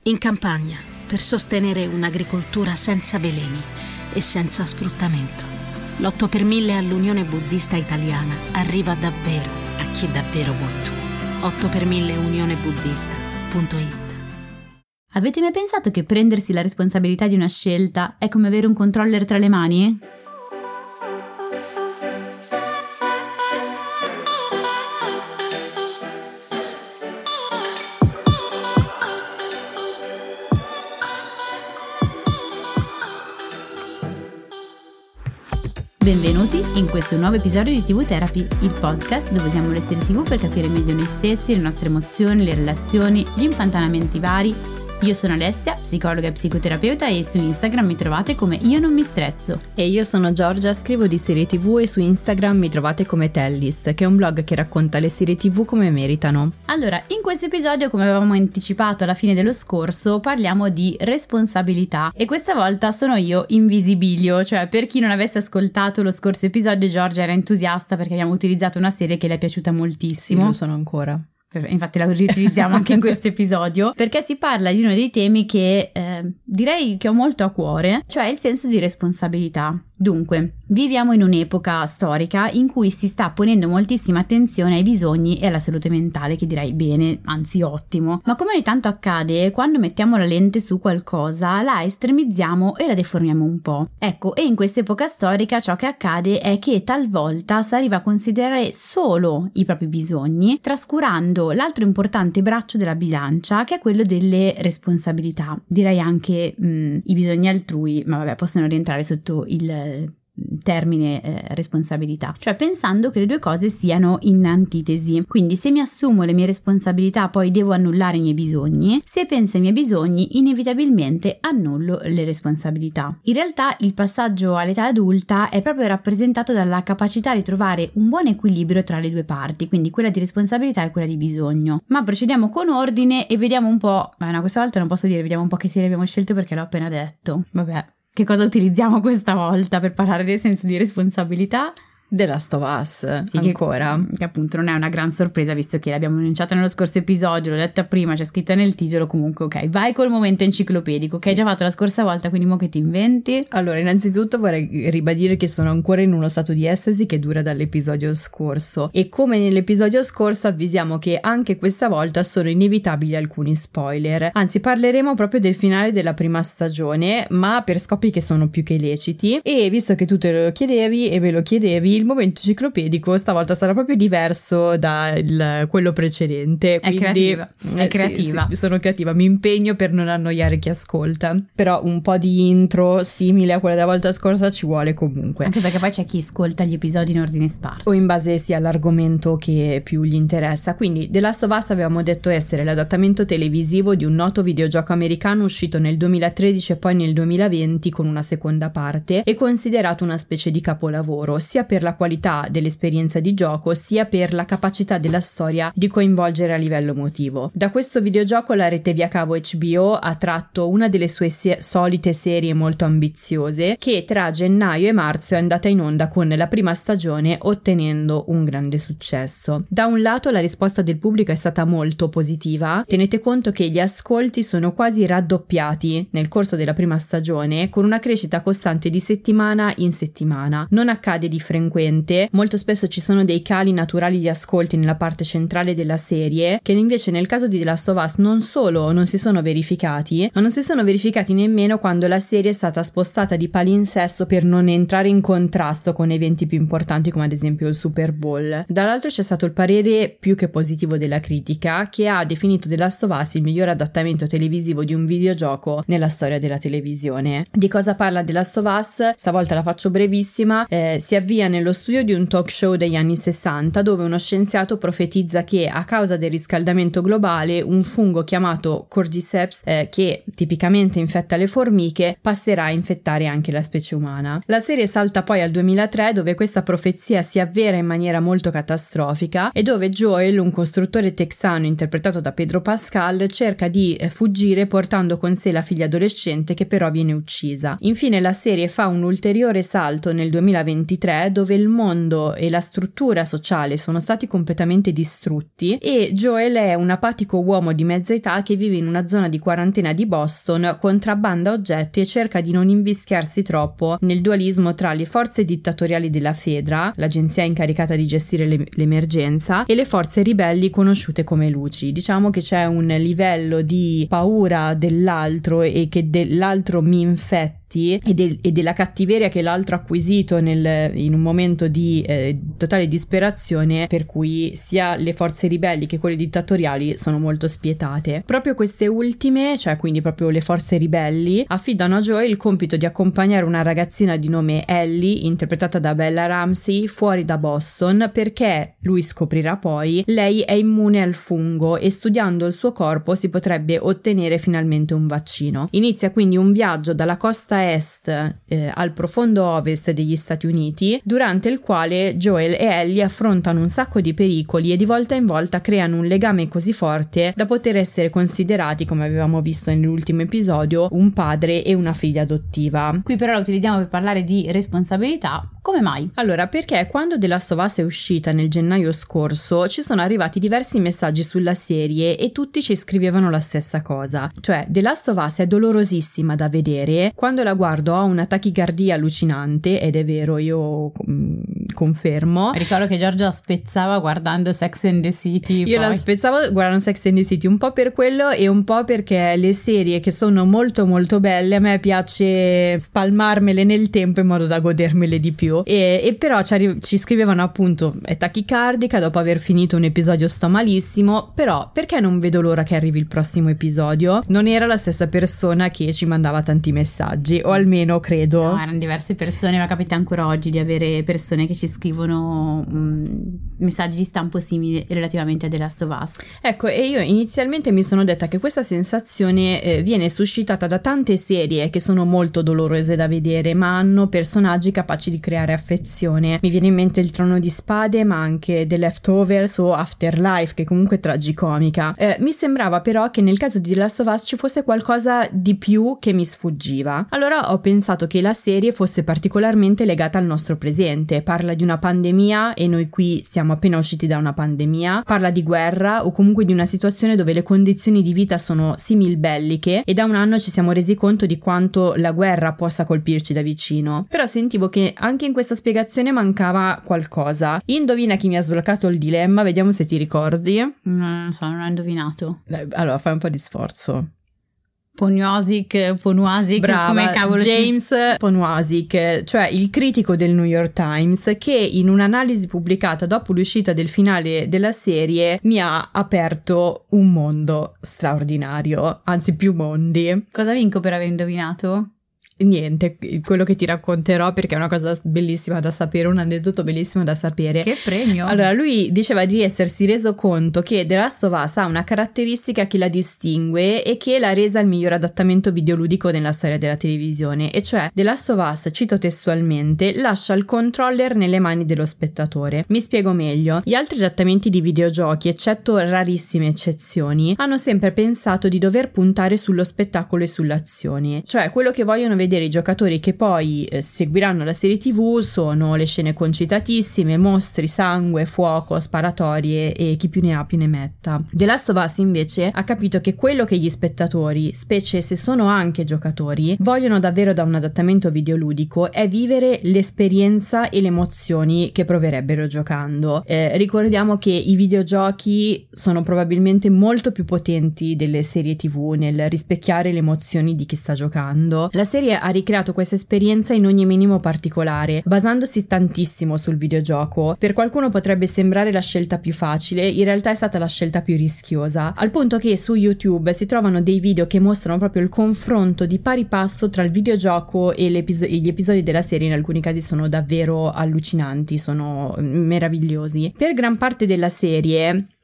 In campagna, per sostenere un'agricoltura senza veleni e senza sfruttamento. L'8 per 1000 all'Unione Buddista Italiana arriva davvero a chi davvero vuoi tu. 8 per 1000 unionebuddista.it. Avete mai pensato che prendersi la responsabilità di una scelta è come avere un controller tra le mani? Benvenuti in questo nuovo episodio di TV Therapy, il podcast dove usiamo le serie TV per capire meglio noi stessi, le nostre emozioni, le relazioni, gli impantanamenti vari. Io sono Alessia, psicologa e psicoterapeuta, e su Instagram mi trovate come Io non mi stresso. E io sono Giorgia, scrivo di serie TV e su Instagram mi trovate come Tellist, che è un blog che racconta le serie TV come meritano. Allora, in questo episodio, come avevamo anticipato alla fine dello scorso, parliamo di responsabilità e questa volta sono io in visibilio, cioè per chi non avesse ascoltato lo scorso episodio, Giorgia era entusiasta perché abbiamo utilizzato una serie che le è piaciuta moltissimo. Sì, lo sono ancora. Infatti la riutilizziamo anche in questo episodio perché si parla di uno dei temi che direi che ho molto a cuore, cioè il senso di responsabilità. Dunque, viviamo in un'epoca storica in cui si sta ponendo moltissima attenzione ai bisogni e alla salute mentale, che direi bene, anzi ottimo. Ma come ogni tanto accade, quando mettiamo la lente su qualcosa, la estremizziamo e la deformiamo un po'. Ecco, e in questa epoca storica ciò che accade è che talvolta si arriva a considerare solo i propri bisogni, trascurando l'altro importante braccio della bilancia, che è quello delle responsabilità. Direi anche i bisogni altrui, ma vabbè, possono rientrare sotto il termine responsabilità, cioè pensando che le due cose siano in antitesi. Quindi se mi assumo le mie responsabilità poi devo annullare i miei bisogni, se penso ai miei bisogni inevitabilmente annullo le responsabilità. In realtà il passaggio all'età adulta è proprio rappresentato dalla capacità di trovare un buon equilibrio tra le due parti, quindi quella di responsabilità e quella di bisogno. Ma procediamo con ordine e vediamo un po', no, questa volta non posso dire vediamo un po' che serie abbiamo scelto perché l'ho appena detto, vabbè. Che cosa utilizziamo questa volta per parlare del senso di responsabilità? The Last of Us, sì, ancora. Che appunto non è una gran sorpresa visto che l'abbiamo annunciata nello scorso episodio, l'ho letta prima, c'è scritta nel titolo, comunque ok, vai col momento enciclopedico che hai già fatto la scorsa volta, quindi mo che ti inventi? Allora, innanzitutto vorrei ribadire che sono ancora in uno stato di estasi che dura dall'episodio scorso e come nell'episodio scorso avvisiamo che anche questa volta sono inevitabili alcuni spoiler, anzi parleremo proprio del finale della prima stagione, ma per scopi che sono più che leciti, e visto che tu te lo chiedevi e ve lo chiedevi, il momento enciclopedico stavolta sarà proprio diverso da quello precedente. È creativa, è creativa. Sì, sono creativa, mi impegno per non annoiare chi ascolta, però un po' di intro simile a quella della volta scorsa ci vuole comunque. Anche perché poi c'è chi ascolta gli episodi in ordine sparso. O in base sia all'argomento che più gli interessa. Quindi The Last of Us avevamo detto essere l'adattamento televisivo di un noto videogioco americano uscito nel 2013 e poi nel 2020 con una seconda parte e considerato una specie di capolavoro, sia per la qualità dell'esperienza di gioco sia per la capacità della storia di coinvolgere a livello emotivo. Da questo videogioco la rete via cavo HBO ha tratto una delle sue solite serie molto ambiziose che tra gennaio e marzo è andata in onda con la prima stagione ottenendo un grande successo. Da un lato la risposta del pubblico è stata molto positiva, tenete conto che gli ascolti sono quasi raddoppiati nel corso della prima stagione con una crescita costante di settimana in settimana. Non accade di frequente, molto spesso ci sono dei cali naturali di ascolti nella parte centrale della serie che invece nel caso di The Last of Us non solo non si sono verificati, ma non si sono verificati nemmeno quando la serie è stata spostata di palinsesto per non entrare in contrasto con eventi più importanti come ad esempio il Super Bowl. Dall'altro c'è stato il parere più che positivo della critica che ha definito The Last of Us il miglior adattamento televisivo di un videogioco nella storia della televisione. Di cosa parla The Last of Us? Stavolta la faccio brevissima, si avvia nello studio di un talk show degli anni 60 dove uno scienziato profetizza che a causa del riscaldamento globale un fungo chiamato Cordyceps che tipicamente infetta le formiche passerà a infettare anche la specie umana. La serie salta poi al 2003 dove questa profezia si avvera in maniera molto catastrofica e dove Joel, un costruttore texano interpretato da Pedro Pascal, cerca di fuggire portando con sé la figlia adolescente che però viene uccisa. Infine la serie fa un ulteriore salto nel 2023 dove dove il mondo e la struttura sociale sono stati completamente distrutti e Joel è un apatico uomo di mezza età che vive in una zona di quarantena di Boston, contrabbanda oggetti e cerca di non invischiarsi troppo nel dualismo tra le forze dittatoriali della Fedra, l'agenzia incaricata di gestire l'emergenza, e le forze ribelli conosciute come Luci. Diciamo che c'è un livello di paura dell'altro e che dell'altro mi infetti e della cattiveria che l'altro ha acquisito in un momento di totale disperazione, per cui sia le forze ribelli che quelle dittatoriali sono molto spietate. Proprio queste ultime, cioè quindi proprio le forze ribelli, affidano a Joel il compito di accompagnare una ragazzina di nome Ellie, interpretata da Bella Ramsey, fuori da Boston, perché lui scoprirà poi lei è immune al fungo e studiando il suo corpo si potrebbe ottenere finalmente un vaccino. Inizia quindi un viaggio dalla costa est al profondo ovest degli Stati Uniti, durante il quale Joel e Ellie affrontano un sacco di pericoli e di volta in volta creano un legame così forte da poter essere considerati, come avevamo visto nell'ultimo episodio, un padre e una figlia adottiva. Qui però la utilizziamo per parlare di responsabilità. Come mai? Allora, perché quando The Last of Us è uscita nel gennaio scorso ci sono arrivati diversi messaggi sulla serie e tutti ci scrivevano la stessa cosa, cioè The Last of Us è dolorosissima da vedere, quando la guardo ho una tachicardia allucinante, ed è vero, io confermo. Ricordo che Giorgia spezzava guardando Sex and the City. Io la spezzavo guardando Sex and the City, un po' per quello e un po' perché le serie che sono molto molto belle a me piace spalmarmele nel tempo in modo da godermele di più, e però ci scrivevano appunto è tachicardica, dopo aver finito un episodio sto malissimo, però perché non vedo l'ora che arrivi il prossimo episodio? Non era la stessa persona che ci mandava tanti messaggi, o almeno credo. No, erano diverse persone, ma capita ancora oggi di avere persone che ci scrivono messaggi di stampo simile relativamente a The Last of Us. Ecco, e io inizialmente mi sono detta che questa sensazione viene suscitata da tante serie che sono molto dolorose da vedere, ma hanno personaggi capaci di creare affezione. Mi viene in mente Il Trono di Spade, ma anche The Leftovers o Afterlife, che comunque è tragicomica. Mi sembrava però che nel caso di The Last of Us ci fosse qualcosa di più che mi sfuggiva. Allora ho pensato che la serie fosse particolarmente legata al nostro presente. Parla di una pandemia e noi qui siamo appena usciti da una pandemia, parla di guerra o comunque di una situazione dove le condizioni di vita sono similbelliche e da un anno ci siamo resi conto di quanto la guerra possa colpirci da vicino. Però sentivo che anche in questa spiegazione mancava qualcosa. Indovina chi mi ha sbloccato il dilemma, vediamo se ti ricordi. Non so, non ho indovinato. Allora fai un po' di sforzo. Ponuasic, brava, come cavolo James Ponuasic, cioè il critico del New York Times, che in un'analisi pubblicata dopo l'uscita del finale della serie mi ha aperto un mondo straordinario, anzi più mondi. Cosa vinco per aver indovinato? Niente, quello che ti racconterò, perché è una cosa bellissima da sapere, un aneddoto bellissimo da sapere. Che premio! Allora, lui diceva di essersi reso conto che The Last of Us ha una caratteristica che la distingue e che l'ha resa il miglior adattamento videoludico nella storia della televisione, e cioè The Last of Us, cito testualmente, lascia il controller nelle mani dello spettatore. Mi spiego meglio. Gli altri adattamenti di videogiochi, eccetto rarissime eccezioni, hanno sempre pensato di dover puntare sullo spettacolo e sull'azione, cioè quello che vogliono vedere i giocatori che poi seguiranno la serie TV sono le scene concitatissime, mostri, sangue, fuoco, sparatorie e chi più ne ha più ne metta. The Last of Us invece ha capito che quello che gli spettatori, specie se sono anche giocatori, vogliono davvero da un adattamento videoludico è vivere l'esperienza e le emozioni che proverebbero giocando. Ricordiamo che i videogiochi sono probabilmente molto più potenti delle serie TV nel rispecchiare le emozioni di chi sta giocando. La serie ha ricreato questa esperienza in ogni minimo particolare, basandosi tantissimo sul videogioco. Per qualcuno potrebbe sembrare la scelta più facile, in realtà è stata la scelta più rischiosa, al punto che su YouTube si trovano dei video che mostrano proprio il confronto di pari passo tra il videogioco e gli episodi della serie. In alcuni casi sono davvero allucinanti, sono meravigliosi. Per gran parte della serie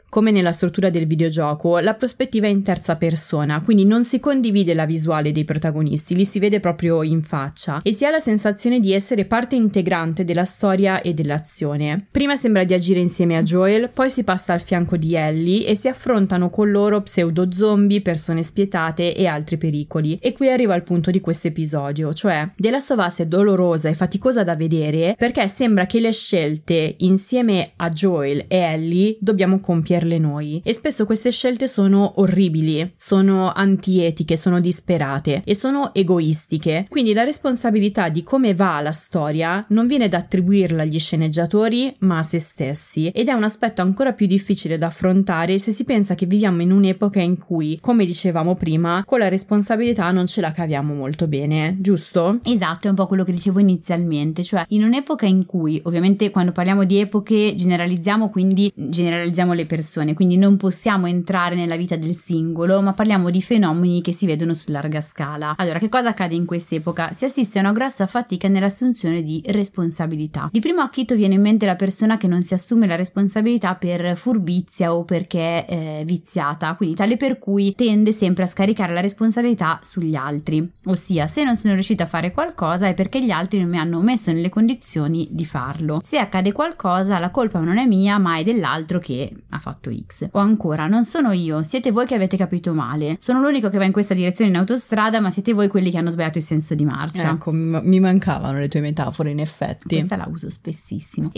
come nella struttura del videogioco, la prospettiva è in terza persona, quindi non si condivide la visuale dei protagonisti, li si vede proprio in faccia e si ha la sensazione di essere parte integrante della storia e dell'azione. Prima sembra di agire insieme a Joel, poi si passa al fianco di Ellie e si affrontano con loro pseudo zombie, persone spietate e altri pericoli. E qui arriva il punto di questo episodio, cioè The Last of Us è dolorosa e faticosa da vedere perché sembra che le scelte insieme a Joel e Ellie dobbiamo compierle noi, e spesso queste scelte sono orribili, sono antietiche, sono disperate e sono egoistiche, quindi la responsabilità di come va la storia non viene da attribuirla agli sceneggiatori ma a se stessi, ed è un aspetto ancora più difficile da affrontare se si pensa che viviamo in un'epoca in cui, come dicevamo prima, con la responsabilità non ce la caviamo molto bene, giusto? Esatto, è un po' quello che dicevo inizialmente, cioè in un'epoca in cui, ovviamente quando parliamo di epoche generalizziamo, quindi generalizziamo le persone, quindi non possiamo entrare nella vita del singolo, ma parliamo di fenomeni che si vedono su larga scala. Allora, che cosa accade in quest'epoca? Si assiste a una grossa fatica nell'assunzione di responsabilità. Di primo acchito viene in mente la persona che non si assume la responsabilità per furbizia o perché è viziata, quindi tale per cui tende sempre a scaricare la responsabilità sugli altri, ossia se non sono riuscita a fare qualcosa è perché gli altri non mi hanno messo nelle condizioni di farlo. Se accade qualcosa la colpa non è mia ma è dell'altro che ha fatto X. O ancora, non sono io, siete voi che avete capito male, sono l'unico che va in questa direzione in autostrada ma siete voi quelli che hanno sbagliato il senso di marcia. Ecco, mi mancavano le tue metafore, in effetti. Questa la uso spessissimo.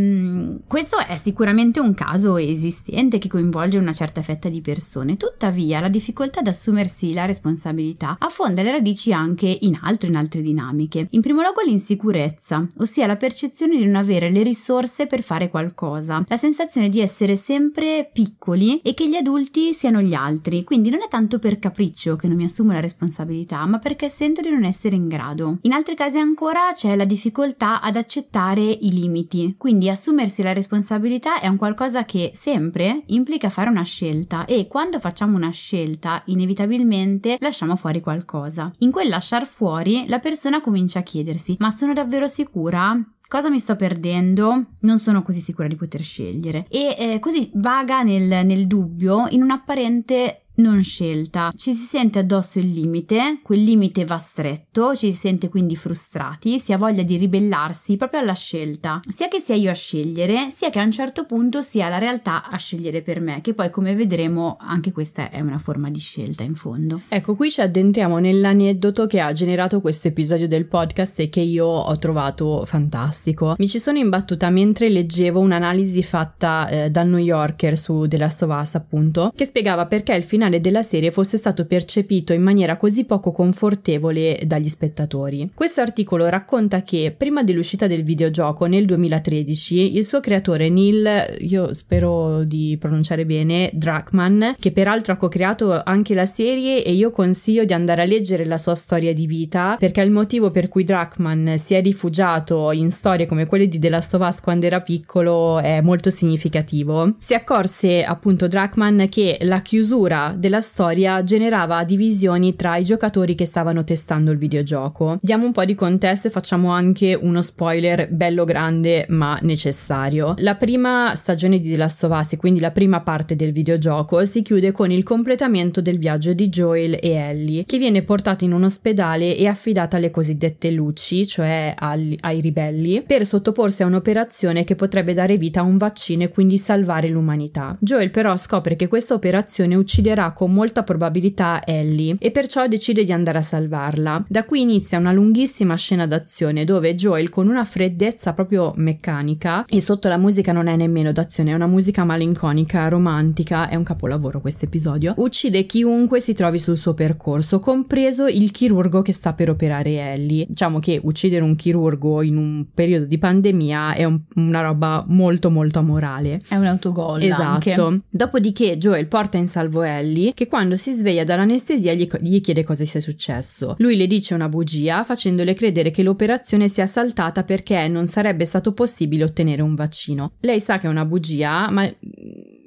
E questo è sicuramente un caso esistente che coinvolge una certa fetta di persone. Tuttavia la difficoltà ad assumersi la responsabilità affonda le radici anche in altre dinamiche. In primo luogo l'insicurezza, ossia la percezione di non avere le risorse per fare qualcosa, la sensazione di essere sempre piccoli e che gli adulti siano gli altri, quindi non è tanto per capriccio che non mi assumo la responsabilità, ma perché sento di non essere in grado. In altri casi ancora c'è la difficoltà ad accettare i limiti, quindi assumersi la responsabilità è un qualcosa che sempre implica fare una scelta, e quando facciamo una scelta inevitabilmente lasciamo fuori qualcosa. In quel lasciar fuori la persona comincia a chiedersi: ma sono davvero sicura? Cosa mi sto perdendo? Non sono così sicura di poter scegliere, e così vaga nel dubbio, in un'apparente non scelta. Ci si sente addosso il limite, quel limite va stretto, ci si sente quindi frustrati, si ha voglia di ribellarsi proprio alla scelta, sia che sia io a scegliere, sia che a un certo punto sia la realtà a scegliere per me, che poi come vedremo anche questa è una forma di scelta in fondo. Ecco, qui ci addentriamo nell'aneddoto che ha generato questo episodio del podcast e che io ho trovato fantastico. Mi ci sono imbattuta mentre leggevo un'analisi fatta dal New Yorker su The Last of Us, appunto, che spiegava perché il finale della serie fosse stato percepito in maniera così poco confortevole dagli spettatori. Questo articolo racconta che prima dell'uscita del videogioco nel 2013 il suo creatore Neil, io spero di pronunciare bene, Druckmann, che peraltro ha co-creato anche la serie, e io consiglio di andare a leggere la sua storia di vita, perché il motivo per cui Druckmann si è rifugiato in storie come quelle di The Last of Us quando era piccolo è molto significativo. Si accorse appunto Druckmann che la chiusura della storia generava divisioni tra i giocatori che stavano testando il videogioco. Diamo un po' di contesto e facciamo anche uno spoiler bello grande ma necessario. La prima stagione di The Last of Us, quindi la prima parte del videogioco, si chiude con il completamento del viaggio di Joel e Ellie, che viene portata in un ospedale e affidata alle cosiddette luci, cioè ai ribelli, per sottoporsi a un'operazione che potrebbe dare vita a un vaccino e quindi salvare l'umanità. Joel però scopre che questa operazione ucciderà con molta probabilità Ellie e perciò decide di andare a salvarla. Da qui inizia una lunghissima scena d'azione dove Joel, con una freddezza proprio meccanica, e sotto la musica non è nemmeno d'azione, è una musica malinconica, romantica, è un capolavoro questo episodio, uccide chiunque si trovi sul suo percorso, compreso il chirurgo che sta per operare Ellie. Diciamo che uccidere un chirurgo in un periodo di pandemia è una roba molto molto amorale. È un autogol. Esatto. Anche. Dopodiché Joel porta in salvo Ellie, che quando si sveglia dall'anestesia gli chiede cosa sia successo. Lui le dice una bugia, facendole credere che l'operazione sia saltata perché non sarebbe stato possibile ottenere un vaccino. Lei sa che è una bugia, ma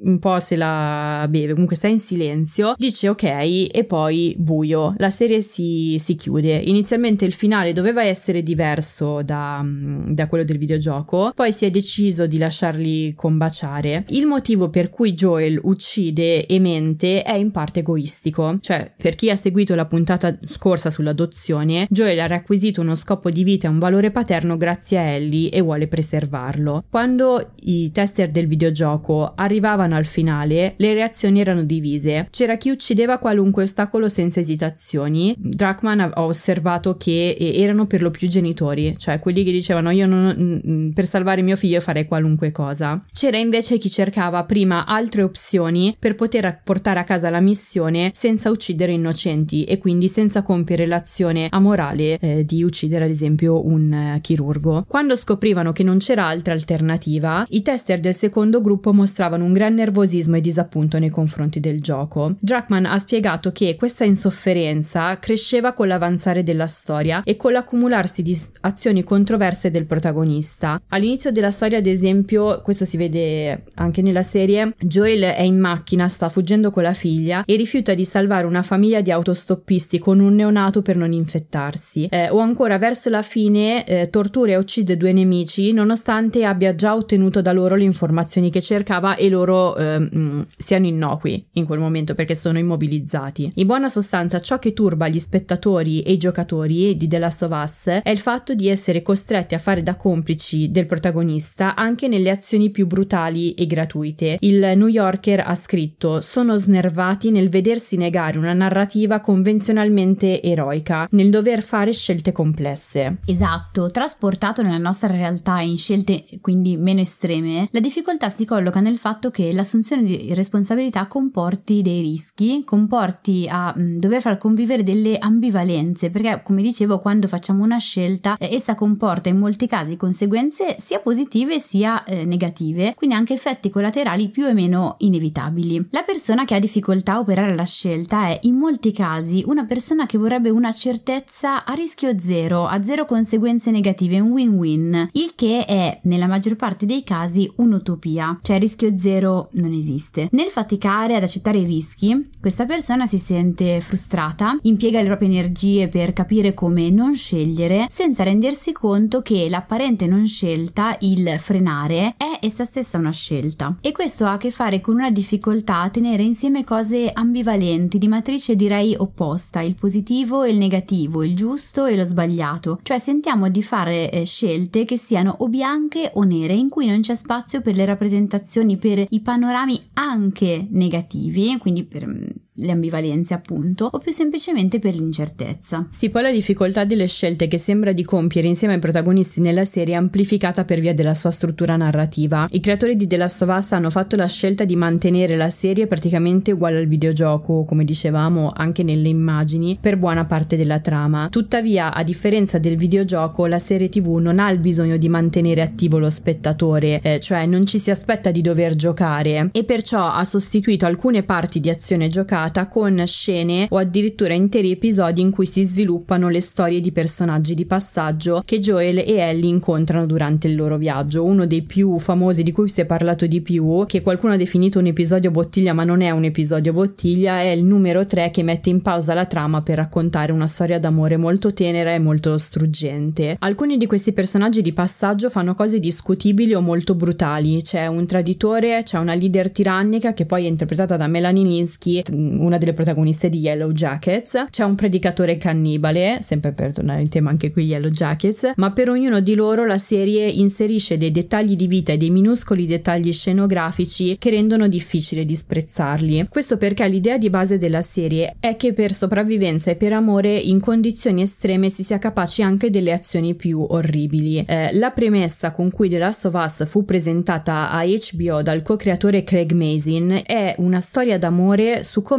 un po' se la beve, comunque sta in silenzio, dice ok e poi buio, la serie si chiude. Inizialmente il finale doveva essere diverso da quello del videogioco, poi si è deciso di lasciarli combaciare. Il motivo per cui Joel uccide e mente è in parte egoistico, cioè per chi ha seguito la puntata scorsa sull'adozione, Joel ha acquisito uno scopo di vita e un valore paterno grazie a Ellie e vuole preservarlo. Quando i tester del videogioco arrivavano al finale, le reazioni erano divise. C'era chi uccideva qualunque ostacolo senza esitazioni. Druckmann ha osservato che erano per lo più genitori, cioè quelli che dicevano io per salvare mio figlio farei qualunque cosa. C'era invece chi cercava prima altre opzioni per poter portare a casa la missione senza uccidere innocenti e quindi senza compiere l'azione amorale di uccidere ad esempio un chirurgo. Quando scoprivano che non c'era altra alternativa, i tester del secondo gruppo mostravano un gran nervosismo e disappunto nei confronti del gioco. Druckmann ha spiegato che questa insofferenza cresceva con l'avanzare della storia e con l'accumularsi di azioni controverse del protagonista. All'inizio della storia, ad esempio, questo si vede anche nella serie, Joel è in macchina, sta fuggendo con la figlia e rifiuta di salvare una famiglia di autostoppisti con un neonato per non infettarsi. O ancora verso la fine tortura e uccide 2 nemici nonostante abbia già ottenuto da loro le informazioni che cercava e loro siano innocui in quel momento perché sono immobilizzati. In buona sostanza, ciò che turba gli spettatori e i giocatori di The Last of Us è il fatto di essere costretti a fare da complici del protagonista anche nelle azioni più brutali e gratuite. Il New Yorker ha scritto: sono snervati nel vedersi negare una narrativa convenzionalmente eroica, nel dover fare scelte complesse. Esatto, trasportato nella nostra realtà in scelte quindi meno estreme, la difficoltà si colloca nel fatto che l'assunzione di responsabilità comporti dei rischi, comporti a dover far convivere delle ambivalenze, perché come dicevo, quando facciamo una scelta essa comporta in molti casi conseguenze sia positive sia negative, quindi anche effetti collaterali più o meno inevitabili. La persona che ha difficoltà a operare la scelta è in molti casi una persona che vorrebbe una certezza a rischio zero, a zero conseguenze negative, un win-win, il che è nella maggior parte dei casi un'utopia, cioè rischio zero non esiste. Nel faticare ad accettare i rischi, questa persona si sente frustrata, impiega le proprie energie per capire come non scegliere, senza rendersi conto che l'apparente non scelta, il frenare, è essa stessa una scelta. E questo ha a che fare con una difficoltà a tenere insieme cose ambivalenti, di matrice direi opposta, il positivo e il negativo, il giusto e lo sbagliato, cioè sentiamo di fare scelte che siano o bianche o nere, in cui non c'è spazio per le rappresentazioni, per i panorami anche negativi, quindi per le ambivalenze appunto, o più semplicemente per l'incertezza. Sì, poi la difficoltà delle scelte che sembra di compiere insieme ai protagonisti nella serie è amplificata per via della sua struttura narrativa. I creatori di The Last of Us hanno fatto la scelta di mantenere la serie praticamente uguale al videogioco, come dicevamo anche nelle immagini, per buona parte della trama. Tuttavia, a differenza del videogioco, la serie TV non ha il bisogno di mantenere attivo lo spettatore, cioè non ci si aspetta di dover giocare, e perciò ha sostituito alcune parti di azione giocata con scene o addirittura interi episodi in cui si sviluppano le storie di personaggi di passaggio che Joel e Ellie incontrano durante il loro viaggio. Uno dei più famosi, di cui si è parlato di più, che qualcuno ha definito un episodio bottiglia ma non è un episodio bottiglia, è il numero 3, che mette in pausa la trama per raccontare una storia d'amore molto tenera e molto struggente. Alcuni di questi personaggi di passaggio fanno cose discutibili o molto brutali. C'è un traditore, c'è una leader tirannica che poi è interpretata da Melanie Lynskey, una delle protagoniste di Yellow Jackets, c'è un predicatore cannibale, sempre per tornare in tema anche qui Yellow Jackets, ma per ognuno di loro la serie inserisce dei dettagli di vita e dei minuscoli dettagli scenografici che rendono difficile disprezzarli. Questo perché l'idea di base della serie è che per sopravvivenza e per amore in condizioni estreme si sia capaci anche delle azioni più orribili. La premessa con cui The Last of Us fu presentata a HBO dal co-creatore Craig Mazin è una storia d'amore su come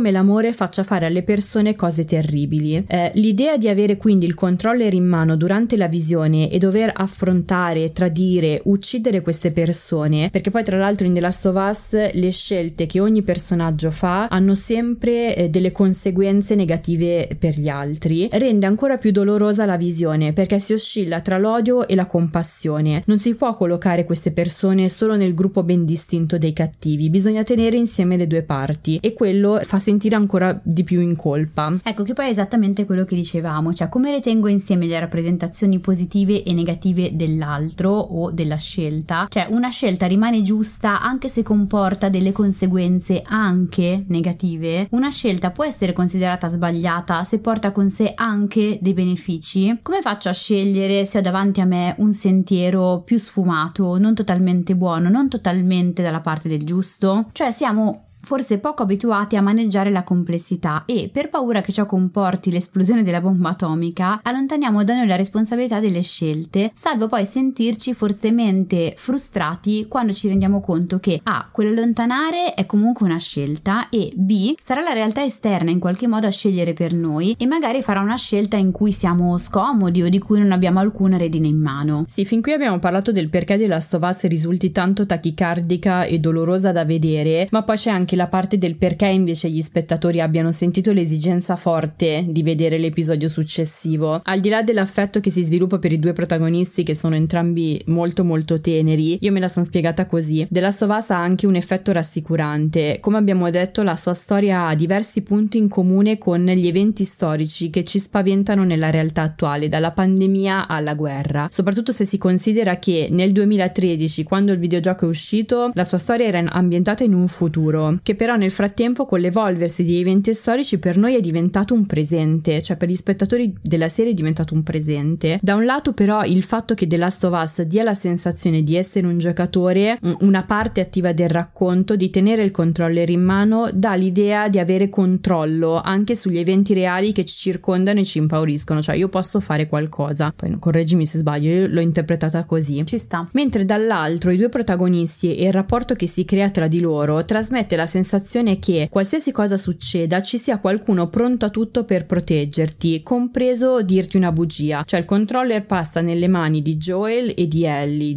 come l'amore faccia fare alle persone cose terribili. L'idea di avere quindi il controller in mano durante la visione e dover affrontare, tradire, uccidere queste persone, perché poi tra l'altro in The Last of Us le scelte che ogni personaggio fa hanno sempre delle conseguenze negative per gli altri, rende ancora più dolorosa la visione, perché si oscilla tra l'odio e la compassione. Non si può collocare queste persone solo nel gruppo ben distinto dei cattivi, bisogna tenere insieme le due parti e quello fa sentire ancora di più in colpa. Ecco, che poi è esattamente quello che dicevamo, cioè come le tengo insieme le rappresentazioni positive e negative dell'altro o della scelta. Cioè una scelta rimane giusta anche se comporta delle conseguenze anche negative, una scelta può essere considerata sbagliata se porta con sé anche dei benefici. Come faccio a scegliere se ho davanti a me un sentiero più sfumato, non totalmente buono, non totalmente dalla parte del giusto? Cioè siamo forse poco abituati a maneggiare la complessità e, per paura che ciò comporti l'esplosione della bomba atomica, allontaniamo da noi la responsabilità delle scelte, salvo poi sentirci fortemente frustrati quando ci rendiamo conto che A, quell'allontanare è comunque una scelta e B, sarà la realtà esterna in qualche modo a scegliere per noi e magari farà una scelta in cui siamo scomodi o di cui non abbiamo alcuna redina in mano. Sì, fin qui abbiamo parlato del perché The Last of Us risulti tanto tachicardica e dolorosa da vedere, ma poi c'è anche la parte del perché invece gli spettatori abbiano sentito l'esigenza forte di vedere l'episodio successivo. Al di là dell'affetto che si sviluppa per i due protagonisti, che sono entrambi molto molto teneri, io me la sono spiegata così: The Last of Us ha anche un effetto rassicurante. Come abbiamo detto, la sua storia ha diversi punti in comune con gli eventi storici che ci spaventano nella realtà attuale, dalla pandemia alla guerra, soprattutto se si considera che nel 2013, quando il videogioco è uscito, la sua storia era ambientata in un futuro che però nel frattempo, con l'evolversi di eventi storici, per noi è diventato un presente, cioè per gli spettatori della serie è diventato un presente. Da un lato però il fatto che The Last of Us dia la sensazione di essere un giocatore, una parte attiva del racconto, di tenere il controller in mano, dà l'idea di avere controllo anche sugli eventi reali che ci circondano e ci impauriscono, cioè io posso fare qualcosa. Poi correggimi se sbaglio, io l'ho interpretata così. Ci sta. Mentre dall'altro i due protagonisti e il rapporto che si crea tra di loro trasmette la sensazione che qualsiasi cosa succeda ci sia qualcuno pronto a tutto per proteggerti, compreso dirti una bugia. Cioè il controller passa nelle mani di Joel e di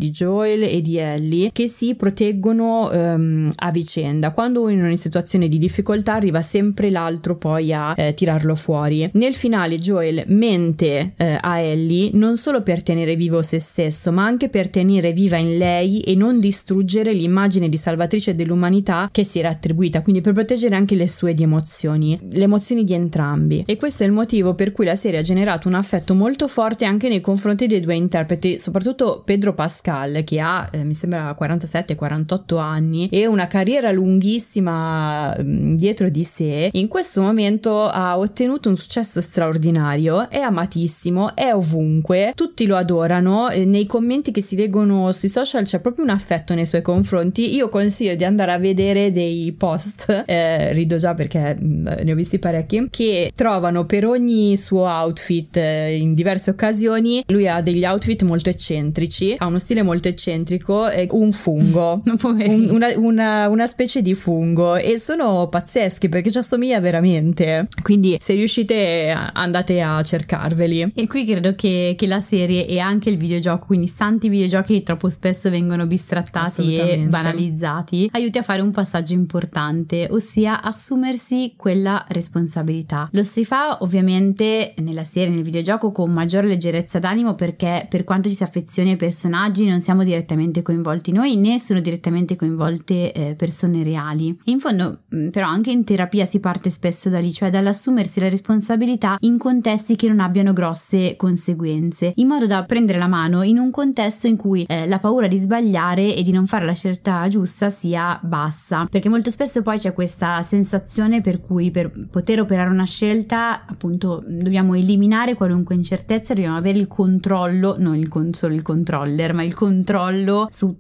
Ellie, che si proteggono a vicenda. Quando uno è in una situazione di difficoltà arriva sempre l'altro poi a tirarlo fuori. Nel finale Joel mente a Ellie non solo per tenere vivo se stesso, ma anche per tenere viva in lei e non distruggere l'immagine di salvatrice dell'umanità che si era attribuita, quindi per proteggere anche le sue emozioni, le emozioni di entrambi. E questo è il motivo per cui la serie ha generato un affetto molto forte anche nei confronti dei due interpreti, soprattutto Pedro Pascal, che ha mi sembra 47-48 anni e una carriera lunghissima dietro di sé. In questo momento ha ottenuto un successo straordinario, è amatissimo, è ovunque, tutti lo adorano, nei commenti che si leggono sui social c'è proprio un affetto nei suoi confronti. Io consiglio di andare a vedere dei post, rido già perché ne ho visti parecchi, che trovano per ogni suo outfit in diverse occasioni. Lui ha degli outfit molto eccentrici, ha uno stile molto eccentrico, un fungo, una specie di fungo, e sono pazzeschi perché ci assomiglia veramente, quindi se riuscite andate a cercarveli. E qui credo che la serie e anche il videogioco, quindi tanti videogiochi che troppo spesso vengono bistrattati e banalizzati, aiuti a fare un passaggio importante, ossia assumersi quella responsabilità. Lo si fa ovviamente nella serie, nel videogioco, con maggiore leggerezza d'animo, perché per quanto ci si affezioni ai personaggi non siamo direttamente coinvolti noi, né sono direttamente coinvolte persone reali. In fondo però anche in terapia si parte spesso da lì, cioè dall'assumersi la responsabilità in contesti che non abbiano grosse conseguenze, in modo da prendere la mano in un contesto in cui la paura di sbagliare e di non fare la scelta giusta sia bassa, perché molto spesso poi c'è questa sensazione per cui per poter operare una scelta appunto dobbiamo eliminare qualunque incertezza, dobbiamo avere il controllo, non solo il controller, ma il controllo su tutto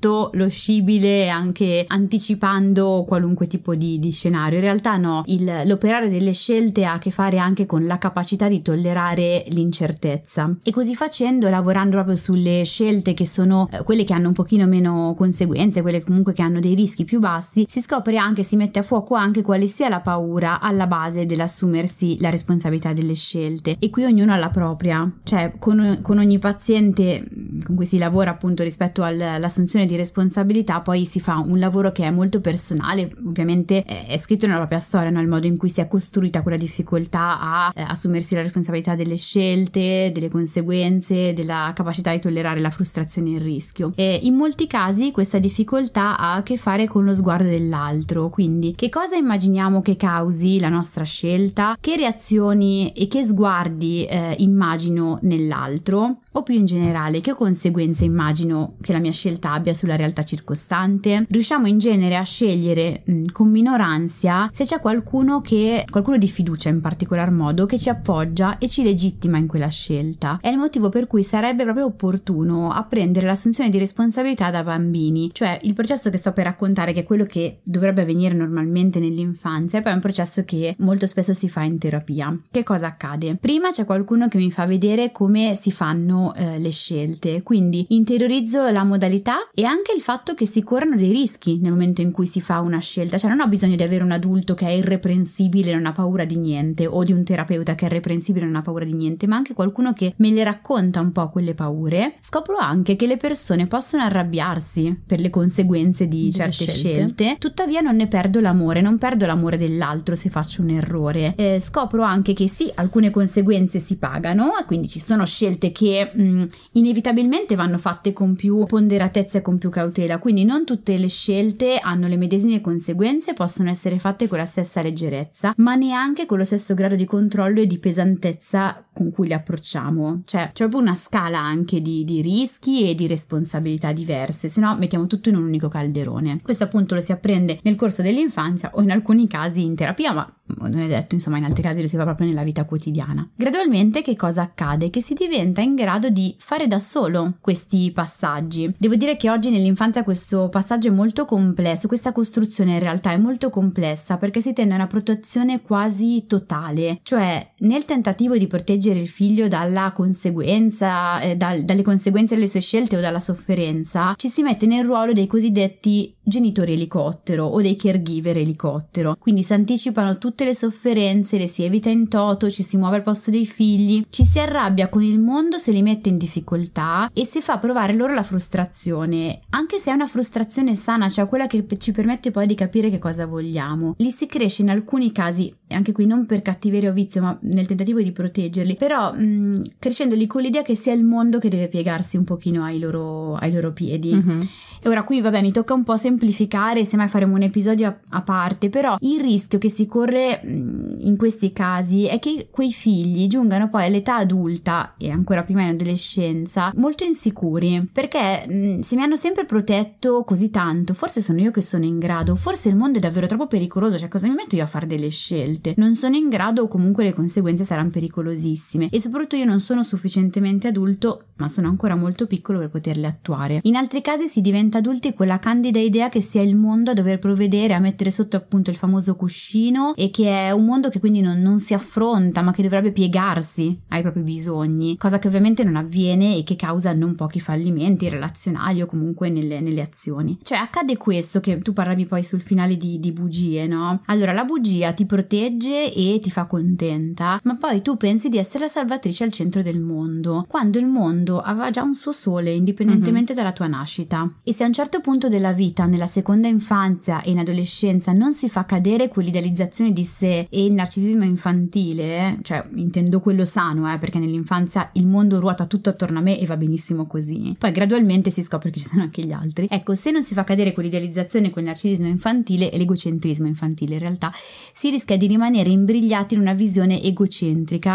tutto lo scibile, anche anticipando qualunque tipo di scenario. In realtà no, l'operare delle scelte ha a che fare anche con la capacità di tollerare l'incertezza, e così facendo, lavorando proprio sulle scelte che sono quelle che hanno un pochino meno conseguenze, quelle comunque che hanno dei rischi più bassi, si scopre anche, si mette a fuoco anche quale sia la paura alla base dell'assumersi la responsabilità delle scelte. E qui ognuno ha la propria, cioè con ogni paziente con cui si lavora appunto rispetto all'assunzione di responsabilità, poi si fa un lavoro che è molto personale, ovviamente è scritto nella propria storia, no? Il modo in cui si è costruita quella difficoltà a assumersi la responsabilità delle scelte, delle conseguenze, della capacità di tollerare la frustrazione e il rischio. E in molti casi questa difficoltà ha a che fare con lo sguardo dell'altro, quindi che cosa immaginiamo che causi la nostra scelta, che reazioni e che sguardi immagino nell'altro, o più in generale che conseguenze immagino che la mia scelta abbia sulla realtà circostante. Riusciamo in genere a scegliere con minor ansia se c'è qualcuno di fiducia in particolar modo, che ci appoggia e ci legittima in quella scelta. È il motivo per cui sarebbe proprio opportuno apprendere l'assunzione di responsabilità da bambini, cioè il processo che sto per raccontare, che è quello che dovrebbe avvenire normalmente nell'infanzia, e poi è un processo che molto spesso si fa in terapia. Che cosa accade? Prima c'è qualcuno che mi fa vedere come si fanno le scelte, quindi interiorizzo la modalità e anche il fatto che si corrono dei rischi nel momento in cui si fa una scelta, cioè non ho bisogno di avere un adulto che è irreprensibile e non ha paura di niente, o di un terapeuta che è irreprensibile e non ha paura di niente, ma anche qualcuno che me le racconta un po' quelle paure. Scopro anche che le persone possono arrabbiarsi per le conseguenze di certe scelte, tuttavia non ne perdo l'amore, non perdo l'amore dell'altro se faccio un errore. Scopro anche che sì, alcune conseguenze si pagano, e quindi ci sono scelte che inevitabilmente vanno fatte con più ponderatezza e con più cautela, quindi non tutte le scelte hanno le medesime conseguenze, possono essere fatte con la stessa leggerezza, ma neanche con lo stesso grado di controllo e di pesantezza con cui le approcciamo. Cioè c'è proprio una scala anche di rischi e di responsabilità diverse, se no mettiamo tutto in un unico calderone. Questo appunto lo si apprende nel corso dell'infanzia o in alcuni casi in terapia, ma non è detto, insomma in altri casi lo si fa proprio nella vita quotidiana. Gradualmente che cosa accade? Che si diventa in grado di fare da solo questi passaggi. Devo dire che oggi nell'infanzia questo passaggio è molto complesso, questa costruzione in realtà è molto complessa, perché si tende a una protezione quasi totale, cioè nel tentativo di proteggere il figlio dalla conseguenza, dalle conseguenze delle sue scelte o dalla sofferenza, ci si mette nel ruolo dei cosiddetti genitori elicottero o dei caregiver elicottero, quindi si anticipano tutte le sofferenze, le si evita in toto, ci si muove al posto dei figli, ci si arrabbia con il mondo se li mette in difficoltà e si fa provare loro la frustrazione, anche se è una frustrazione sana, cioè quella che ci permette poi di capire che cosa vogliamo. Li si cresce in alcuni casi, anche qui non per cattiveria o vizio, ma nel tentativo di proteggerli, però crescendoli con l'idea che sia il mondo che deve piegarsi un pochino ai loro piedi. E ora qui vabbè, mi tocca un po' semplificare, semmai faremo un episodio a parte, però il rischio che si corre in questi casi è che quei figli giungano poi all'età adulta e ancora prima in adolescenza molto insicuri, perché se mi hanno sempre protetto così tanto, forse sono io che sono in grado, forse il mondo è davvero troppo pericoloso, cioè cosa mi metto io a fare delle scelte? Non sono in grado o comunque le conseguenze saranno pericolosissime, e soprattutto io non sono sufficientemente adulto, ma sono ancora molto piccolo per poterle attuare. In altri casi si diventa adulti con la candida idea che sia il mondo a dover provvedere, a mettere sotto appunto il famoso cuscino, e che è un mondo che quindi non si affronta, ma che dovrebbe piegarsi ai propri bisogni, cosa che ovviamente non avviene e che causa non pochi fallimenti relazionali o comunque nelle azioni. Cioè accade questo, che tu parlavi poi sul finale di bugie, no? Allora la bugia ti protegge e ti fa contenta, ma poi tu pensi di essere la salvatrice al centro del mondo, quando il mondo aveva già un suo sole indipendentemente dalla tua nascita. E se a un certo punto della vita, nella seconda infanzia e in adolescenza, non si fa cadere quell'idealizzazione di sé e il narcisismo infantile, cioè intendo quello sano, perché nell'infanzia il mondo ruota tutto attorno a me e va benissimo così, poi gradualmente si scopre che ci sono anche gli altri. Ecco, se non si fa cadere quell'idealizzazione, quel narcisismo infantile e l'egocentrismo infantile, in realtà si rischia di rimanere imbrigliati in una visione egocentrica in cui si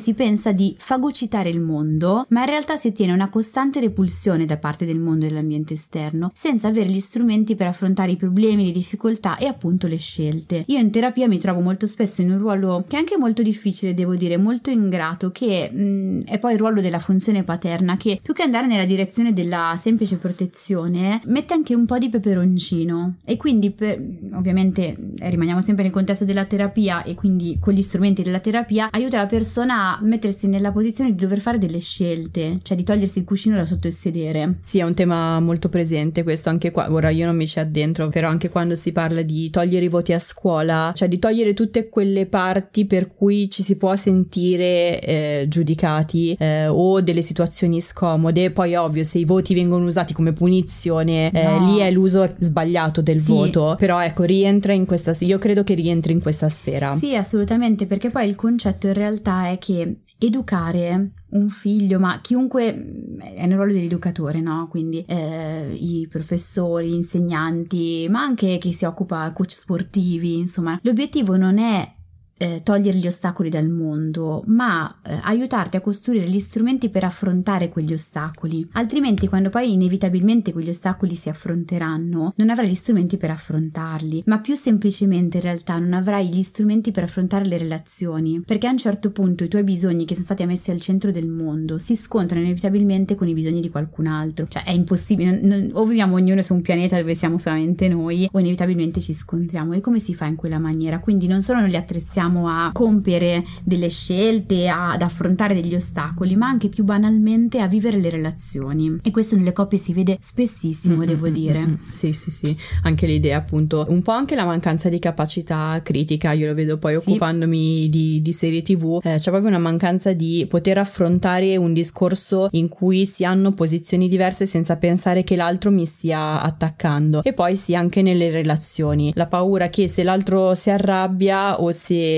si pensa di fagocitare il mondo, ma in realtà si ottiene una costante repulsione da parte del mondo e dell'ambiente esterno, senza avere gli strumenti per affrontare i problemi, le difficoltà e appunto le scelte. Io in terapia mi trovo molto spesso in un ruolo che è anche molto difficile, devo dire, molto ingrato, che è poi il ruolo della funzione paterna, che più che andare nella direzione della semplice protezione mette anche un po' di peperoncino, e quindi ovviamente rimaniamo sempre nel contesto della terapia, e quindi con gli strumenti della terapia aiuta la persona a mettersi nella posizione di dover fare delle scelte, cioè di togliersi il cuscino da sotto il sedere. Sì, è un tema molto presente questo, anche qua, ora io non mi ci addentro, però anche quando si parla di togliere i voti a scuola, cioè di togliere tutte quelle parti per cui ci si può sentire giudicati o delle situazioni scomode. Poi ovvio, se i voti vengono usati come punizione, lì è l'uso sbagliato del voto, però ecco, rientra in questa, io credo che rientri in questa sfera. Sì, assolutamente, perché poi il concetto in realtà è che educare un figlio, ma chiunque è nel ruolo dell'educatore, no? Quindi i professori, gli insegnanti, ma anche chi si occupa, coach sportivi, insomma, l'obiettivo non è togliere gli ostacoli dal mondo, ma aiutarti a costruire gli strumenti per affrontare quegli ostacoli. Altrimenti, quando poi inevitabilmente quegli ostacoli si affronteranno, non avrai gli strumenti per affrontarli, ma più semplicemente in realtà non avrai gli strumenti per affrontare le relazioni, perché a un certo punto i tuoi bisogni, che sono stati messi al centro del mondo, si scontrano inevitabilmente con i bisogni di qualcun altro. Cioè è impossibile, o viviamo ognuno su un pianeta dove siamo solamente noi, o inevitabilmente ci scontriamo. E come si fa in quella maniera? Quindi non solo non li attrezziamo a compiere delle scelte, ad affrontare degli ostacoli, ma anche più banalmente a vivere le relazioni, e questo nelle coppie si vede spessissimo, devo dire. Sì, anche l'idea, appunto, un po' anche la mancanza di capacità critica, io lo vedo poi occupandomi di serie TV, c'è proprio una mancanza di poter affrontare un discorso in cui si hanno posizioni diverse senza pensare che l'altro mi stia attaccando. E poi sì, anche nelle relazioni, la paura che se l'altro si arrabbia o se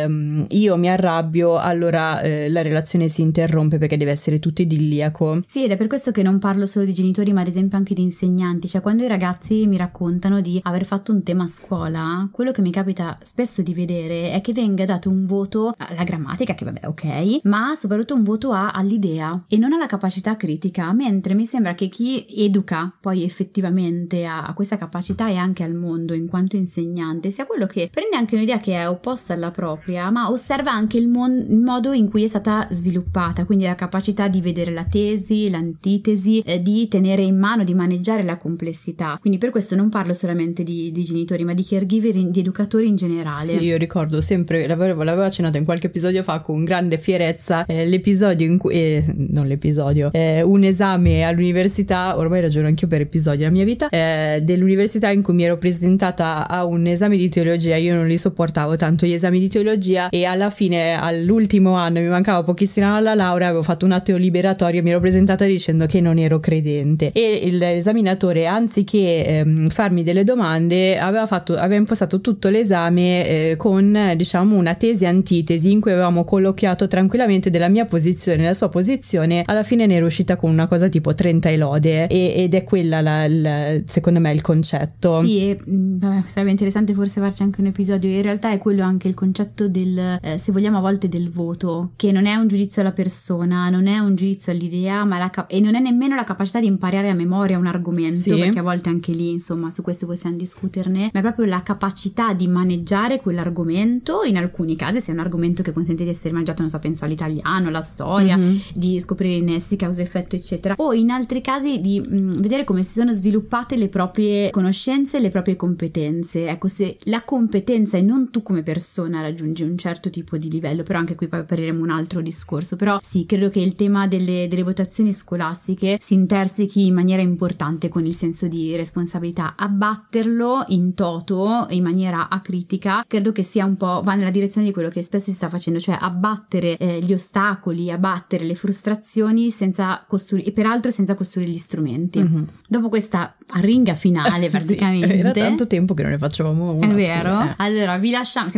io mi arrabbio, allora la relazione si interrompe, perché deve essere tutto idilliaco. Sì, ed è per questo che non parlo solo di genitori, ma ad esempio anche di insegnanti. Cioè, quando i ragazzi mi raccontano di aver fatto un tema a scuola, quello che mi capita spesso di vedere è che venga dato un voto alla grammatica, che vabbè, ok, ma soprattutto un voto all'idea e non alla capacità critica, mentre mi sembra che chi educa poi effettivamente a questa capacità e anche al mondo in quanto insegnante sia quello che prende anche un'idea che è opposta alla propria, ma osserva anche il modo in cui è stata sviluppata, quindi la capacità di vedere la tesi, l'antitesi, di tenere in mano, di maneggiare la complessità. Quindi per questo non parlo solamente di genitori, ma di caregiver, di educatori in generale. Sì, io ricordo sempre, l'avevo accennato in qualche episodio fa con grande fierezza, l'episodio in cui un esame all'università, ormai ragiono anch'io per episodi nella mia vita, dell'università in cui mi ero presentata a un esame di teologia. Io non li sopportavo tanto gli esami di teologia, e alla fine, all'ultimo anno, mi mancava pochissimo alla laurea, avevo fatto un atteo liberatorio e mi ero presentata dicendo che non ero credente, e l'esaminatore, anziché farmi delle domande, aveva impostato tutto l'esame con, diciamo, una tesi-antitesi in cui avevamo colloquiato tranquillamente della mia posizione, la sua posizione. Alla fine ne ero uscita con una cosa tipo 30 lode, ed è quella secondo me il concetto. Sì, sarebbe interessante forse farci anche un episodio. In realtà è quello anche il concetto del, se vogliamo a volte, del voto, che non è un giudizio alla persona, non è un giudizio all'idea, ma e non è nemmeno la capacità di imparare a memoria un argomento, perché a volte anche lì, insomma, su questo possiamo discuterne, ma è proprio la capacità di maneggiare quell'argomento. In alcuni casi, se è un argomento che consente di essere maneggiato, non so, penso all'italiano, alla storia, di scoprire innessi, causa-effetto, eccetera, o in altri casi di vedere come si sono sviluppate le proprie conoscenze, le proprie competenze. Ecco, se la competenza e non tu come persona raggiungi un certo tipo di livello, però anche qui poi apriremo un altro discorso. Però sì, credo che il tema delle votazioni scolastiche si intersechi in maniera importante con il senso di responsabilità. Abbatterlo in toto, in maniera acritica, credo che sia un po', va nella direzione di quello che spesso si sta facendo, cioè abbattere gli ostacoli, abbattere le frustrazioni senza costruire, e peraltro senza costruire gli strumenti. Dopo questa arringa finale praticamente, era tanto tempo che non ne facevamo una. È vero? Allora vi lasciamo, siamo giunti alla fine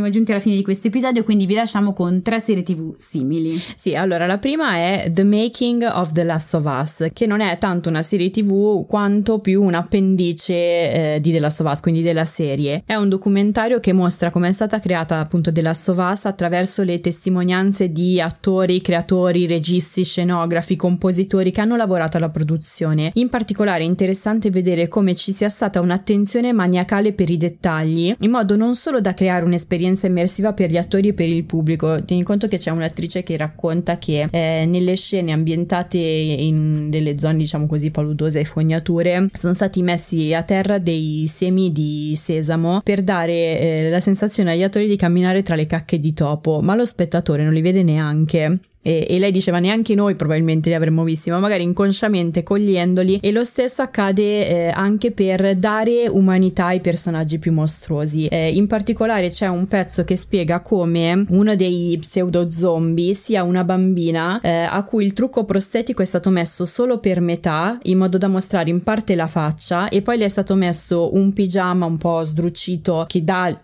fine di questo episodio, quindi vi lasciamo con 3 serie TV simili. Sì, allora la prima è The Making of The Last of Us, che non è tanto una serie TV quanto più un appendice di The Last of Us, quindi della serie. È un documentario che mostra come è stata creata appunto The Last of Us attraverso le testimonianze di attori, creatori, registi, scenografi, compositori che hanno lavorato alla produzione. In particolare è interessante vedere come ci sia stata un'attenzione maniacale per i dettagli, in modo non solo da creare un'esperienza immersiva per gli attori e per il pubblico. Tieni conto che c'è un'attrice che racconta che nelle scene ambientate in delle zone, diciamo così, paludose e fognature, sono stati messi a terra dei semi di sesamo per dare la sensazione agli attori di camminare tra le cacche di topo, ma lo spettatore non li vede neanche. E lei diceva neanche noi probabilmente li avremmo visti, ma magari inconsciamente cogliendoli. E lo stesso accade anche per dare umanità ai personaggi più mostruosi. In particolare c'è un pezzo che spiega come uno dei pseudo zombie sia una bambina a cui il trucco prostetico è stato messo solo per metà, in modo da mostrare in parte la faccia, e poi le è stato messo un pigiama un po' sdrucciato che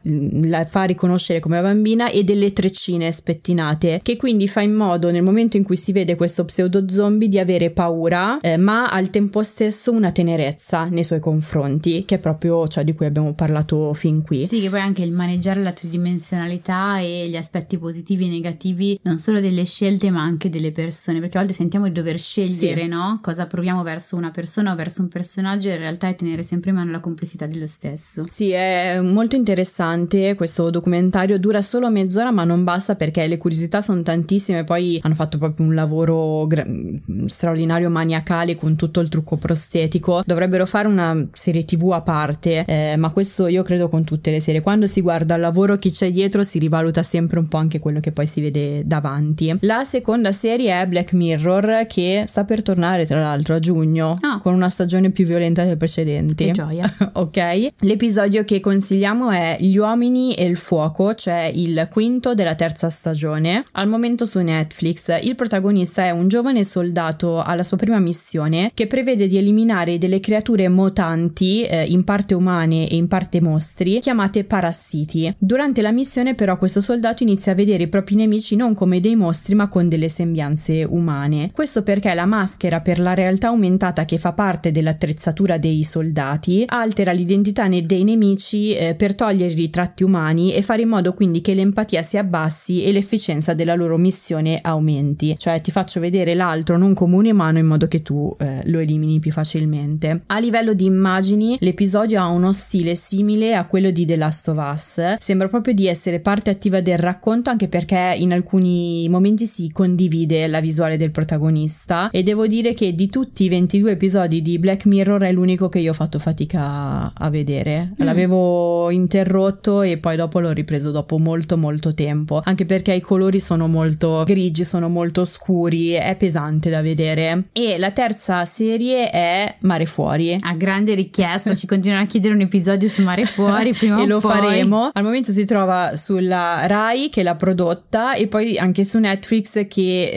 la fa riconoscere come bambina, e delle treccine spettinate, che quindi fa in modo nel momento in cui si vede questo pseudo zombie di avere paura, ma al tempo stesso una tenerezza nei suoi confronti, che è proprio ciò di cui abbiamo parlato fin qui. Sì, che poi anche il maneggiare la tridimensionalità e gli aspetti positivi e negativi non solo delle scelte ma anche delle persone, perché a volte sentiamo di dover scegliere, sì, no? Cosa proviamo verso una persona o verso un personaggio, e in realtà è tenere sempre in mano la complessità dello stesso. Sì, è molto interessante questo documentario, dura solo mezz'ora ma non basta, perché le curiosità sono tantissime. Poi hanno fatto proprio un lavoro straordinario, maniacale, con tutto il trucco prostetico. Dovrebbero fare una serie TV a parte, ma questo io credo con tutte le serie: quando si guarda il lavoro, chi c'è dietro, si rivaluta sempre un po' anche quello che poi si vede davanti. La seconda serie è Black Mirror, che sta per tornare tra l'altro a giugno, con una stagione più violenta delle precedenti. Che gioia. Ok, l'episodio che consigliamo è Gli uomini e il fuoco, cioè il quinto della terza stagione, al momento su Netflix. Il protagonista è un giovane soldato alla sua prima missione, che prevede di eliminare delle creature mutanti, in parte umane e in parte mostri, chiamate parassiti. Durante la missione però questo soldato inizia a vedere i propri nemici non come dei mostri ma con delle sembianze umane. Questo perché la maschera per la realtà aumentata, che fa parte dell'attrezzatura dei soldati, altera l'identità dei nemici per togliere i tratti umani e fare in modo quindi che l'empatia si abbassi e l'efficienza della loro missione aumenti. Cioè ti faccio vedere l'altro non come un umano, in modo che tu lo elimini più facilmente. A livello di immagini l'episodio ha uno stile simile a quello di The Last of Us, sembra proprio di essere parte attiva del racconto, anche perché in alcuni momenti si condivide la visuale del protagonista, e devo dire che di tutti i 22 episodi di Black Mirror è l'unico che io ho fatto fatica a vedere. L'avevo interrotto e poi dopo l'ho ripreso dopo molto tempo, anche perché i colori sono molto grigi, sono molto scuri, è pesante da vedere. E la terza serie è Mare Fuori. A grande richiesta, ci continuano a chiedere un episodio su Mare Fuori prima e o lo poi faremo. Al momento si trova sulla Rai, che l'ha prodotta, e poi anche su Netflix,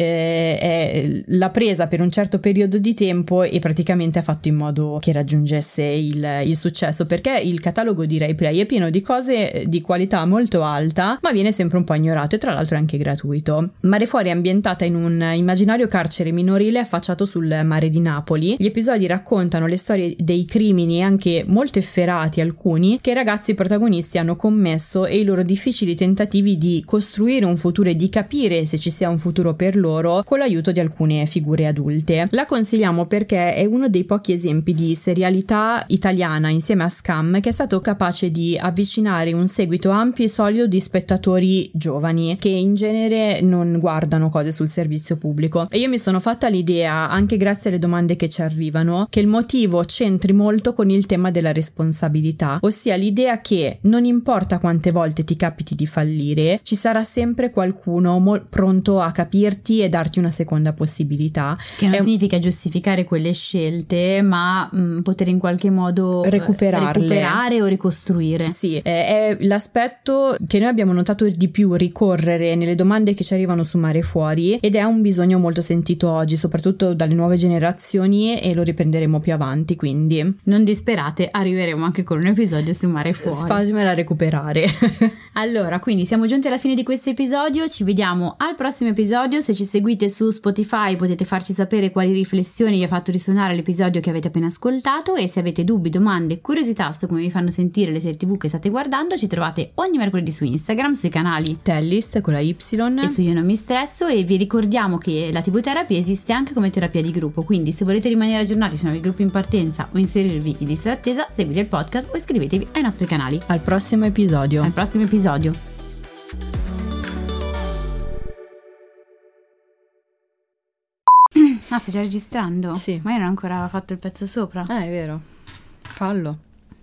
che l'ha presa per un certo periodo di tempo e praticamente ha fatto in modo che raggiungesse il successo, perché il catalogo di Rai Play è pieno di cose di qualità molto alta, ma viene sempre un po' ignorato, e tra l'altro è anche gratuito. Mare Fuori è ambientata in un immaginario carcere minorile affacciato sul mare di Napoli. Gli episodi raccontano le storie dei crimini, anche molto efferati alcuni, che i ragazzi protagonisti hanno commesso, e i loro difficili tentativi di costruire un futuro e di capire se ci sia un futuro per loro con l'aiuto di alcune figure adulte. La consigliamo perché è uno dei pochi esempi di serialità italiana, insieme a Scam, che è stato capace di avvicinare un seguito ampio e solido di spettatori giovani che in genere non guardano cose sul servizio pubblico. E io mi sono fatta l'idea, anche grazie alle domande che ci arrivano, che il motivo c'entri molto con il tema della responsabilità, ossia l'idea che non importa quante volte ti capiti di fallire, ci sarà sempre qualcuno pronto a capirti e darti una seconda possibilità. Che non significa giustificare quelle scelte, ma poter in qualche modo recuperare o ricostruire. Sì, è l'aspetto che noi abbiamo notato di più ricorrere nelle domande che ci arrivano su Mare Fuori, fuori, ed è un bisogno molto sentito oggi, soprattutto dalle nuove generazioni, e lo riprenderemo più avanti, quindi non disperate, arriveremo anche con un episodio su Mare Fuori. Fammela recuperare. Allora, quindi siamo giunti alla fine di questo episodio, ci vediamo al prossimo episodio. Se ci seguite su Spotify potete farci sapere quali riflessioni vi ha fatto risuonare l'episodio che avete appena ascoltato, e se avete dubbi, domande, curiosità su come vi fanno sentire le serie TV che state guardando, ci trovate ogni mercoledì su Instagram, sui canali Tellist con la Y e su Io non mi stresso, e vi ricordiamo che la TV terapia esiste anche come terapia di gruppo, quindi se volete rimanere aggiornati su nuovi gruppi in partenza o inserirvi in lista d'attesa, seguite il podcast o iscrivetevi ai nostri canali. Al prossimo episodio. Ah, stai già registrando? Sì. Ma io non ho ancora fatto il pezzo sopra. È vero. Fallo.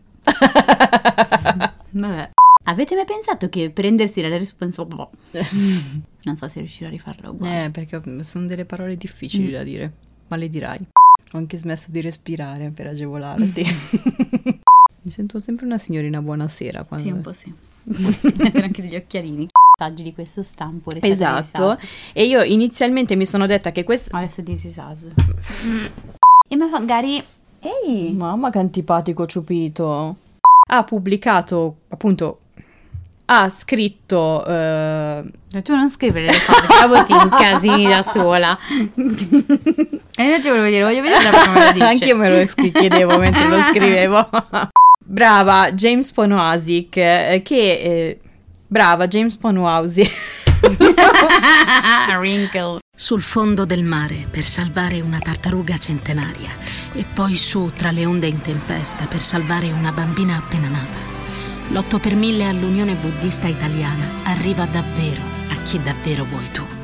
Vabbè. Avete mai pensato che prendersi la responsabilità... Non so se riuscirò a rifarlo uguale. Perché sono delle parole difficili da dire, ma le dirai. Ho anche smesso di respirare per agevolarti. Mi sento sempre una signorina buonasera quando... Sì, un po' sì. Mettere anche degli occhialini. Saggi di questo stampo. Esatto. E io inizialmente mi sono detta che questo... Adesso This Is Us. E magari... Ehi! Mamma che antipatico ciupito. Ha pubblicato, appunto... Ha scritto... Tu non scrivere le cose, che dopo ti incasini da sola. E io ti volevo dire, voglio vedere come lo dice. Anche io me lo chiedevo mentre lo scrivevo. Brava James Poniewozik, che... brava James Poniewozik. Wrinkle. Sul fondo del mare per salvare una tartaruga centenaria, e poi su tra le onde in tempesta per salvare una bambina appena nata. L'8 per 1000 all'Unione Buddista Italiana arriva davvero a chi davvero vuoi tu.